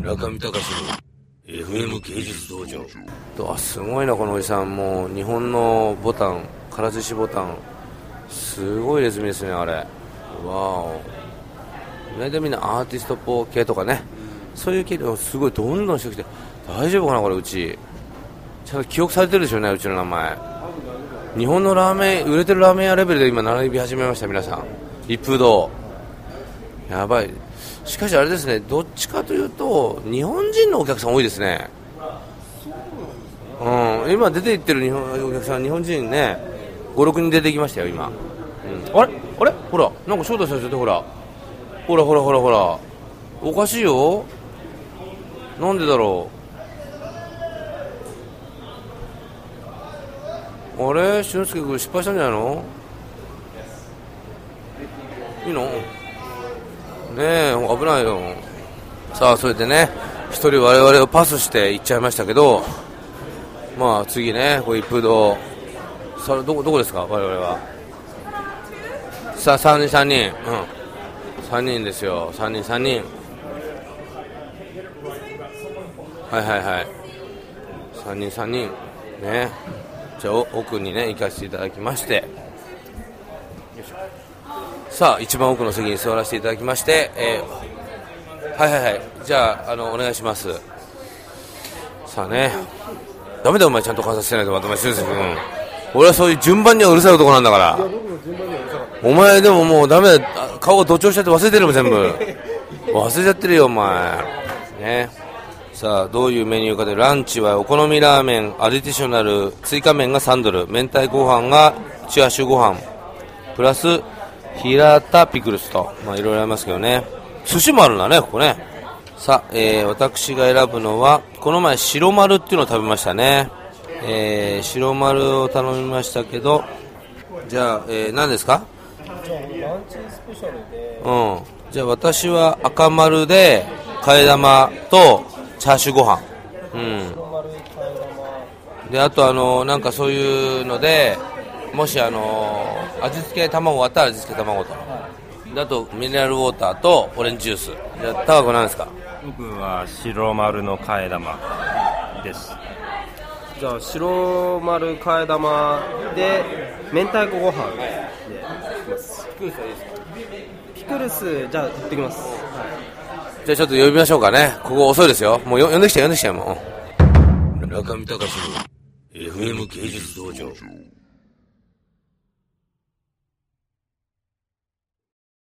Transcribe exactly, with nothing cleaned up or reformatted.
中見隆の エフエム 芸術道場。あ、すごいなこのおじさん。もう日本のボタン、唐獅子ボタン、すごいネズミですねあれ。わお。大体みんなアーティストっぽ系とかね、そういう系ですごいどんどんしてきて、大丈夫かなこれ。うちちゃんと記憶されてるでしょうね、うちの名前。日本のラーメン、売れてるラーメン屋レベルで今並び始めました皆さん。一風堂やばい。しかしあれですね、どっちかというと日本人のお客さん多いですね。うん、今出て行ってる日本お客さん、日本人ね、ご、ろくにん出てきましたよ今、うん、あれあれほら、なんか招待されてて、ほらほらほらほらほら、おかしいよ。なんでだろう。あれ、俊介君失敗したんじゃないの。いいのねえ、危ないよ。さあ、それでね、一人我々をパスして行っちゃいましたけど、まあ次ね、こう一風堂、さあどこどこですか我々は。さあさんにんさんにん、うん、さんにんですよ。さんにんさんにん、はいはいはい、さんにんさんにんね。じゃあ奥にね行かせていただきまして、さあ一番奥の席に座らせていただきまして、えー、はいはいはい、じゃあ、あのお願いします。さあね、ダメだお前、ちゃんと観察してないと。まとめ俊介君、俺はそういう順番にはうるさい男なんだから。お前でももうダメだ、顔が土調しちゃって忘れてるもん全部忘れちゃってるよお前ね。さあどういうメニューかで、ランチはお好みラーメンアディティショナル追加麺がさんドル、明太ご飯がチアシュご飯プラス平田ピクルスと、まあいろいろありますけどね。寿司もあるんだねここね。さあ、えー、私が選ぶのはこの前白丸っていうのを食べましたね。えー、白丸を頼みましたけど、じゃあ、えー、何ですか。 じゃあランチスペシャルで、 うん、じゃあ私は赤丸で替え玉とチャーシューご飯、うん、 白丸替え玉で、あとあのなんかそういうので、もしあの味付け卵があったら味付け卵と、であとミネラルウォーターとオレンジジュース。じゃあ高子なんですか。 僕は白丸の替え玉です。 じゃあ白丸替え玉で明太子ご飯でいきます。 ピクルスはいいですか。 ピクルスじゃあ取ってきます、はい、 じゃあちょっと呼びましょうかね。ここ遅いですよ。もうよ呼んできちゃう呼んできちゃうもう。中見隆の エフエム 芸術道場。